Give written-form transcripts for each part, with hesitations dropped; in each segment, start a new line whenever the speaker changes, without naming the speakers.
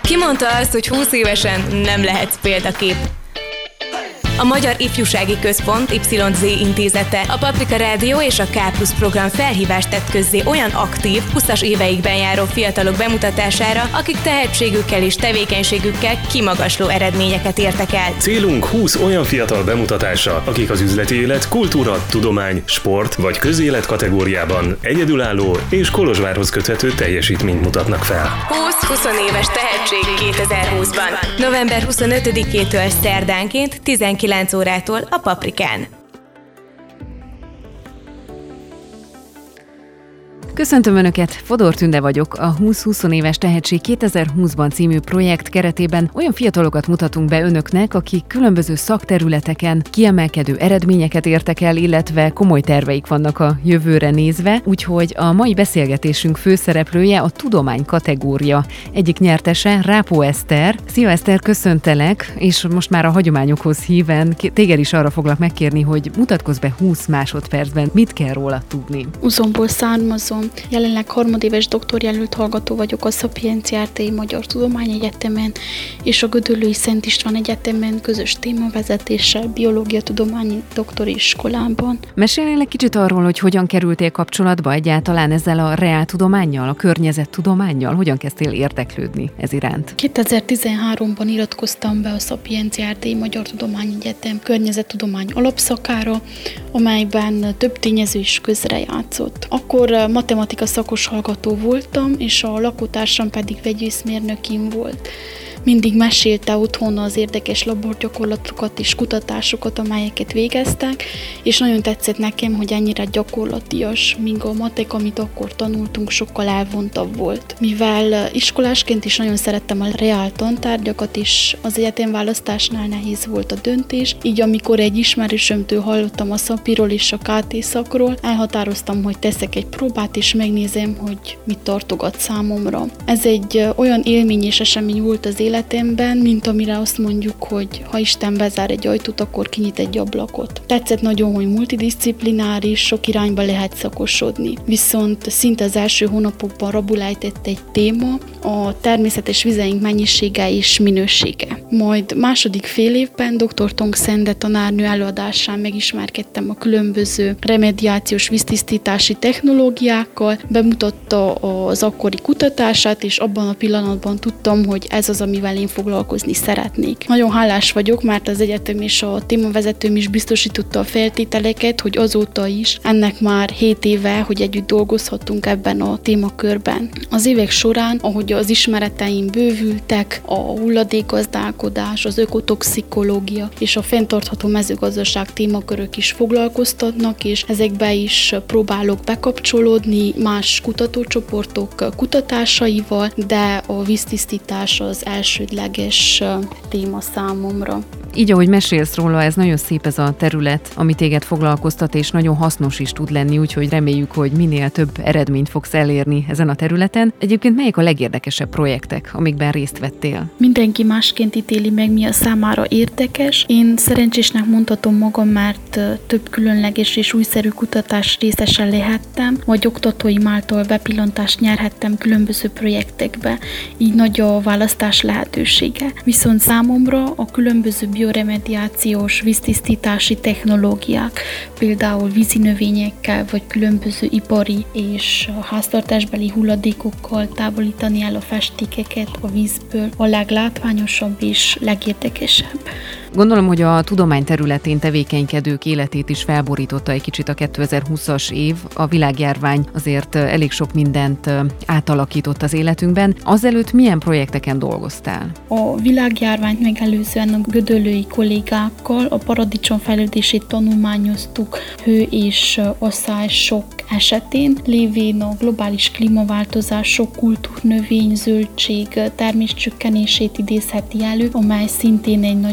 Ki mondta azt, hogy 20 évesen nem lehetsz példakép? A Magyar Ifjúsági Központ YZ intézete, a Paprika Rádió és a K+ program felhívást tett közzé olyan aktív, 20-as éveikben járó fiatalok bemutatására, akik tehetségükkel és tevékenységükkel kimagasló eredményeket értek el.
Célunk 20 olyan fiatal bemutatása, akik az üzleti élet, kultúra, tudomány, sport vagy közélet kategóriában egyedülálló és Kolozsvárhoz köthető teljesítményt mutatnak fel.
20-20 éves tehetség 2020-ban. November 25-től szerdánként 19 órától a Paprikán.
Köszöntöm Önöket, Fodor Tünde vagyok. A 20-20 éves tehetség 2020-ban című projekt keretében olyan fiatalokat mutatunk be Önöknek, akik különböző szakterületeken kiemelkedő eredményeket értek el, illetve komoly terveik vannak a jövőre nézve, úgyhogy a mai beszélgetésünk főszereplője a tudomány kategória egyik nyertese, Rápó Eszter. Szia Eszter, köszöntelek, és most már a hagyományokhoz híven téged is arra foglak megkérni, hogy mutatkozz be 20 másodpercben, mit kell róla tudni.
Uzomból származom. Jelenleg harmadéves doktorjelölt hallgató vagyok a Szapiencia Erdélyi Magyar Tudományegyetemen és a Gödöllői Szent István Egyetemen közös témavezetéssel biológia tudományi doktori iskolában.
Mesélnél egy kicsit arról, hogy hogyan kerültél kapcsolatba egyáltalán ezzel a reáltudománnyal, a környezettudománnyal? Hogyan kezdtél érdeklődni ez iránt?
2013-ban iratkoztam be a Szapiencia Erdélyi Magyar Tudományegyetem környezettudomány alapszakára, amelyben több tényező is közrejátszott. Akkor matematika szakos hallgató voltam, és a lakótársam pedig vegyészmérnökim volt. Mindig mesélte otthon az érdekes laborgyakorlatokat és kutatásokat, amelyeket végeztek, és nagyon tetszett nekem, hogy ennyire gyakorlatias, míg a matek, amit akkor tanultunk, sokkal elvontabb volt. Mivel iskolásként is nagyon szerettem a reál tantárgyakat, és az egyetemválasztásnál nehéz volt a döntés, így amikor egy ismerősömtől hallottam a szapiról és a KT szakról, elhatároztam, hogy teszek egy próbát, és megnézem, hogy mit tartogat számomra. Ez egy olyan élmény és esemény volt az életemben, mint amire azt mondjuk, hogy ha Isten bezár egy ajtót, akkor kinyit egy ablakot. Tetszett nagyon, hogy multidisziplináris, sok irányba lehet szakosodni. Viszont szinte az első hónapokban rabul ejtett egy téma, a természetes vizeink mennyisége és minősége. Majd második fél évben dr. Tong Szende tanárnő előadásán megismerkedtem a különböző remediációs víztisztítási technológiákkal, bemutatta az akkori kutatását, és abban a pillanatban tudtam, hogy ez az, amivel én foglalkozni szeretnék. Nagyon hálás vagyok, mert az egyetem és a témavezetőm is biztosította a feltételeket, hogy azóta is, ennek már 7 éve, hogy együtt dolgozhatunk ebben a témakörben. Az évek során, ahogy az ismereteim bővültek, a hulladékgazdálkodás, az ökotoxikológia és a fenntartható mezőgazdaság témakörök is foglalkoztatnak, és ezekbe is próbálok bekapcsolódni más kutatócsoportok kutatásaival, de a víztisztítás az elsődleges téma számomra.
Így, ahogy mesélsz róla, ez nagyon szép ez a terület, ami téged foglalkoztat, és nagyon hasznos is tud lenni, úgyhogy reméljük, hogy minél több eredményt fogsz elérni ezen a területen. Egyébként melyik a legérdekesebb projektek, amikben részt vettél?
Mindenki másként ítéli meg, mi a számára érdekes. Én szerencsésnek mondhatom magam, mert több különleges és újszerű kutatás részese lehettem, vagy oktatóim által bepillantást nyerhettem különböző projektekbe, így nagy a választás lehetősége. Viszont számomra a különböző bioremediációs víztisztítási technológiák, például vízi növényekkel, vagy különböző ipari és háztartásbeli hulladékokkal távolítani el a festékeket a vízből, a leglátványosabb és legérdekesebb.
Gondolom, hogy a tudomány területén tevékenykedők életét is felborította egy kicsit a 2020-as év. A világjárvány azért elég sok mindent átalakított az életünkben. Azelőtt milyen projekteken dolgoztál?
A világjárványt megelőzően a gödöllői kollégákkal a paradicsom fejlődését tanulmányoztuk hő és asszály-sok esetén, lévén a globális klímaváltozás sok kultúrnövény, zöldség terméscsökkenését idézheti elő, amely szintén egy nagyon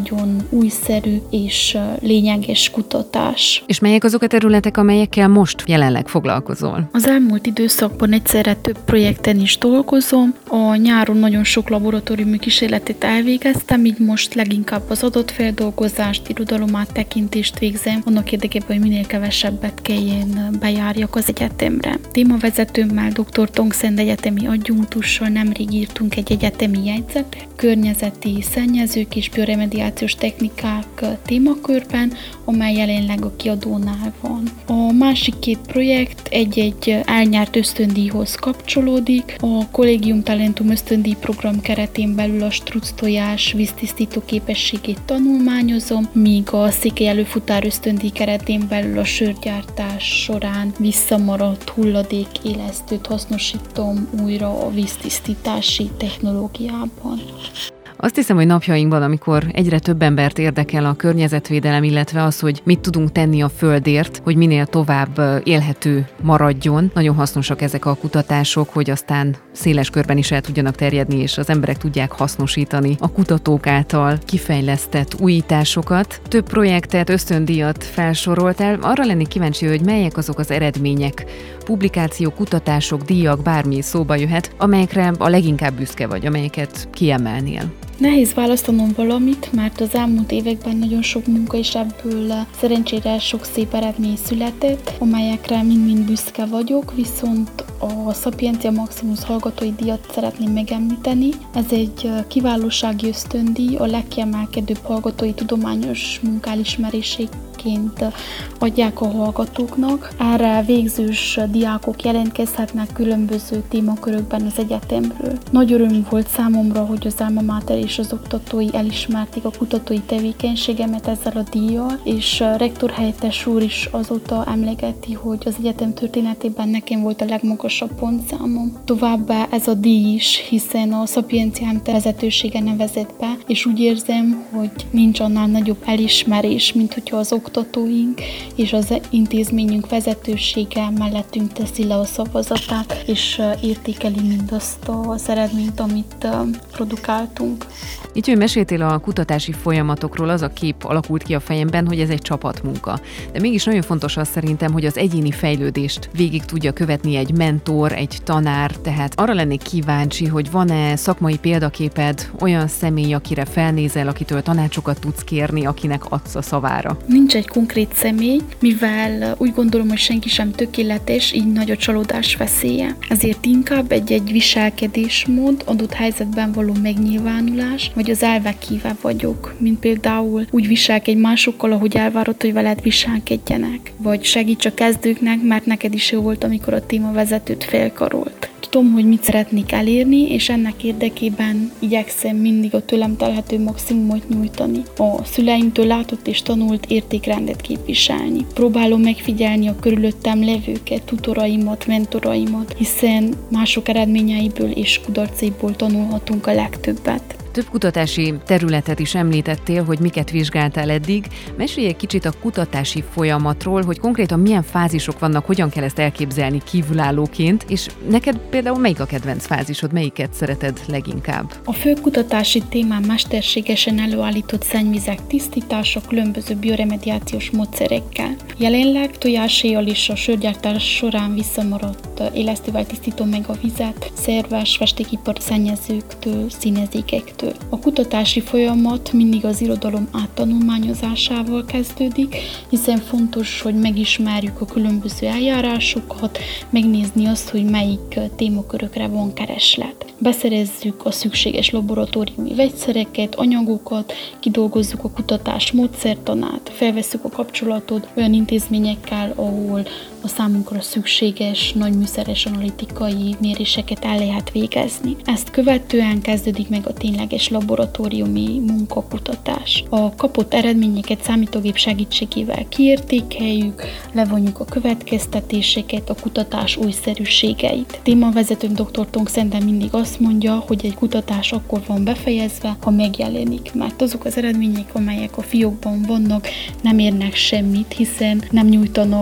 újszerű és lényeges kutatás.
És melyek azok a területek, amelyekkel most jelenleg foglalkozol?
Az elmúlt időszakban egyszerre több projekten is dolgozom. A nyáron nagyon sok laboratóriumi kísérletet elvégeztem, így most leginkább az adatfeldolgozást, irodalomáttekintést végzem, annak érdekében, hogy minél kevesebbet kelljen bejárjak az egyetemre. Témavezetőmmel, dr. Tongszent egyetemi adjunktussal nemrég írtunk egy egyetemi jegyzetet, környezeti szennyezők és bioremediációs technikák témakörben, amely jelenleg a kiadónál van. A másik 2 projekt egy-egy elnyert ösztöndíjhoz kapcsolódik. A Collegium Talentum ösztöndíj program keretén belül a strucctojás víztisztító képességét tanulmányozom, míg a Székely Előfutár ösztöndíj keretén belül a sörgyártás során visszamaradt hulladék élesztőt hasznosítom újra a víztisztítási technológiában.
Azt hiszem, hogy napjainkban, amikor egyre több embert érdekel a környezetvédelem, illetve az, hogy mit tudunk tenni a földért, hogy minél tovább élhető maradjon, nagyon hasznosak ezek a kutatások, hogy aztán széles körben is el tudjanak terjedni, és az emberek tudják hasznosítani a kutatók által kifejlesztett újításokat. Több projektet, ösztöndíjat felsoroltál. Arra lennék kíváncsi, hogy melyek azok az eredmények, publikációk, kutatások, díjak, bármi szóba jöhet, amelyekre a leginkább büszke vagy, amelyeket kiemelnél.
Nehéz választanom valamit, mert az elmúlt években nagyon sok munka és ebből szerencsére sok szép eredmény született, amelyekre mind-mind büszke vagyok, viszont a Sapientia Maximus hallgatói díjat szeretném megemlíteni. Ez egy kiválósági ösztöndíj, a legkiemelkedőbb hallgatói tudományos munka elismeréséként adják a hallgatóknak. Erre végzős diákok jelentkezhetnek különböző témakörökben az egyetemről. Nagy öröm volt számomra, hogy az Alma Mater és az oktatói elismerték a kutatói tevékenységemet ezzel a díjjal, és rektor helyettes úr is azóta emlegeti, hogy az egyetem történetében nekem volt a legmagasabb pontszámom. Továbbá ez a díj is, hiszen a Sapientiám vezetősége nevezett be, és úgy érzem, hogy nincs annál nagyobb elismerés, mint hogyha az oktatóink és az intézményünk vezetősége mellettünk teszi le a szavazatát, és értékeli mindazt az eredményt, amit produkáltunk.
Így, hogy meséltél a kutatási folyamatokról, az a kép alakult ki a fejemben, hogy ez egy csapatmunka. De mégis nagyon fontos az szerintem, hogy az egyéni fejlődést végig tudja követni egy mentor, egy tanár, tehát arra lennék kíváncsi, hogy van-e szakmai példaképed, olyan személy, akire felnézel, akitől tanácsokat tudsz kérni, akinek adsz a szavára?
Nincs egy konkrét személy, mivel úgy gondolom, hogy senki sem tökéletes, így nagy a csalódás veszélye. Ezért inkább egy viselkedésmód, adott helyzetben való megnyilvánulás, vagy az elvek híve vagyok, mint például úgy viselkedj másokkal, ahogy elvárod, hogy veled viselkedjenek. Vagy segíts a kezdőknek, mert neked is jó volt, amikor a témavezetőt félkarolt. Tudom, hogy mit szeretnék elérni, és ennek érdekében igyekszem mindig a tőlem telhető maximumot nyújtani. A szüleimtől látott és tanult értékrendet képviselni. Próbálom megfigyelni a körülöttem levőket, tutoraimat, mentoraimat, hiszen mások eredményeiből és kudarcaiból tanulhatunk a legtöbbet.
Több kutatási területet is említettél, hogy miket vizsgáltál eddig. Mesélj egy kicsit a kutatási folyamatról, hogy konkrétan milyen fázisok vannak, hogyan kell ezt elképzelni kívülállóként, és neked például melyik a kedvenc fázisod, melyiket szereted leginkább?
A fő kutatási témám mesterségesen előállított szennyvizek tisztítása különböző bioremediációs módszerekkel. Jelenleg tojáséjjal és a sörgyártás során visszamaradt élesztővel tisztítom meg a vizet, szerves festékipar szennyezőktől, színezékektől. A kutatási folyamat mindig az irodalom áttanulmányozásával kezdődik, hiszen fontos, hogy megismerjük a különböző eljárásokat, megnézni azt, hogy melyik témakörökre van kereslet. Beszerezzük a szükséges laboratóriumi vegyszereket, anyagokat, kidolgozzuk a kutatás módszertanát, felvesszük a kapcsolatot olyan intézményekkel, ahol a számunkra szükséges nagy műszeres analitikai méréseket el lehet végezni. Ezt követően kezdődik meg a tényleges laboratóriumi munkakutatás. A kapott eredményeket számítógép segítségével kiértékeljük, levonjuk a következtetéseket, a kutatás újszerűségeit. Témavezetőm dr. Tongszent mindig azt mondja, hogy egy kutatás akkor van befejezve, ha megjelenik, mert azok az eredmények, amelyek a fiókban vannak, nem érnek semmit, hiszen nem nyújtanak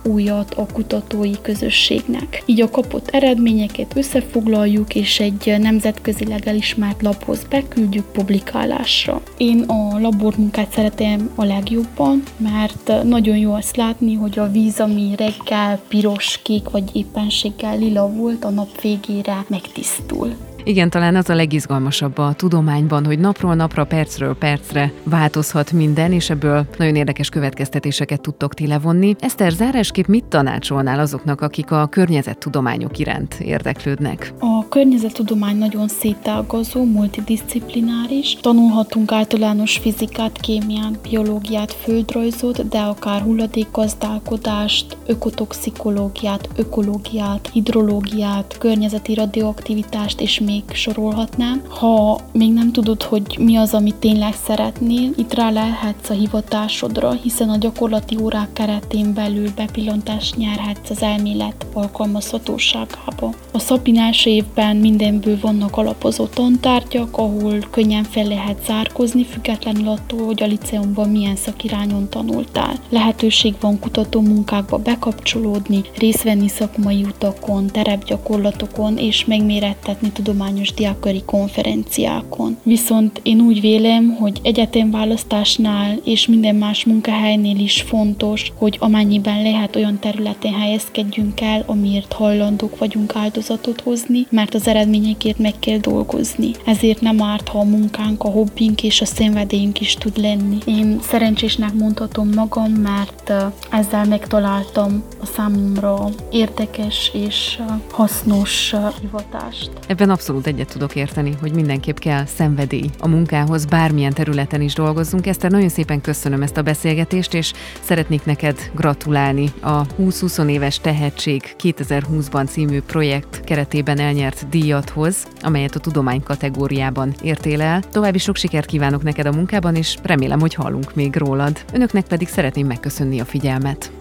újat a kutatói közösségnek. Így a kapott eredményeket összefoglaljuk, és egy nemzetközileg elismert laphoz beküldjük publikálásra. Én a labormunkát szeretem a legjobban, mert nagyon jó azt látni, hogy a víz, ami reggel piros, kék vagy éppenséggel lila volt, a nap végére megtisztul.
Igen, talán az a legizgalmasabb a tudományban, hogy napról napra, percről percre változhat minden, és ebből nagyon érdekes következtetéseket tudtok ti levonni. Eszter, zárásképp mit tanácsolnál azoknak, akik a környezettudományok iránt érdeklődnek?
A környezettudomány nagyon szétágazó, multidisciplináris. Tanulhatunk általános fizikát, kémiát, biológiát, földrajzot, de akár hulladékgazdálkodást, ökotoxikológiát, ökológiát, hidrológiát, környezeti radioaktivitást és még sorolhatnám. Ha még nem tudod, hogy mi az, amit tényleg szeretnél, itt rálelhetsz a hivatásodra, hiszen a gyakorlati órák keretén belül bepillantást nyerhetsz az elmélet alkalmazhatóságába. A szapin első évben mindenből vannak alapozó tantárgyak, ahol könnyen fel lehet zárkozni, függetlenül attól, hogy a liceumban milyen szakirányon tanultál. Lehetőség van kutatómunkákba bekapcsolódni, részt venni szakmai utakon, terepgyakorlatokon és megmérettetni tudományos diákköri konferenciákon. Viszont én úgy vélem, hogy egyetemválasztásnál és minden más munkahelynél is fontos, hogy amennyiben lehet olyan területen helyezkedjünk el, amiért hajlandók vagyunk áldozatot hozni, mert az eredményekért meg kell dolgozni. Ezért nem árt, ha a munkánk, a hobbink és a szenvedélyünk is tud lenni. Én szerencsésnek mondhatom magam, mert ezzel megtaláltam a számomra érdekes és hasznos hivatást.
Ebben abszolút egyet tudok érteni, hogy mindenképp kell szenvedély a munkához, bármilyen területen is dolgozzunk. Eszter, nagyon szépen köszönöm ezt a beszélgetést, és szeretnék neked gratulálni a 20-20 éves tehetség 2020-ban című projekt keretében elnyert díjadhoz, amelyet a tudomány kategóriában értél el. További sok sikert kívánok neked a munkában, és remélem, hogy hallunk még rólad. Önöknek pedig szeretném megköszönni a figyelmet.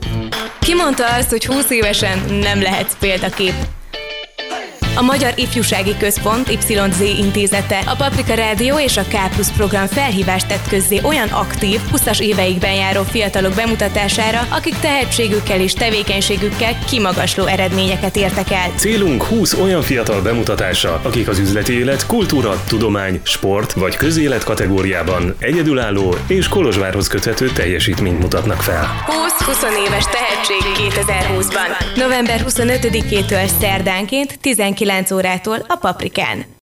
Ki mondta azt, hogy 20 évesen nem lehetsz példakép? A Magyar Ifjúsági Központ YZ intézete, a Paprika Rádió és a K+ program felhívást tett közzé olyan aktív, 20-as éveikben járó fiatalok bemutatására, akik tehetségükkel és tevékenységükkel kimagasló eredményeket értek el.
Célunk 20 olyan fiatal bemutatása, akik az üzleti élet, kultúra, tudomány, sport vagy közélet kategóriában egyedülálló és Kolozsvárhoz köthető teljesítményt mutatnak fel.
20-20 éves tehetség 2020-ban. November 25-től szerdánként 19 órától a Paprikán.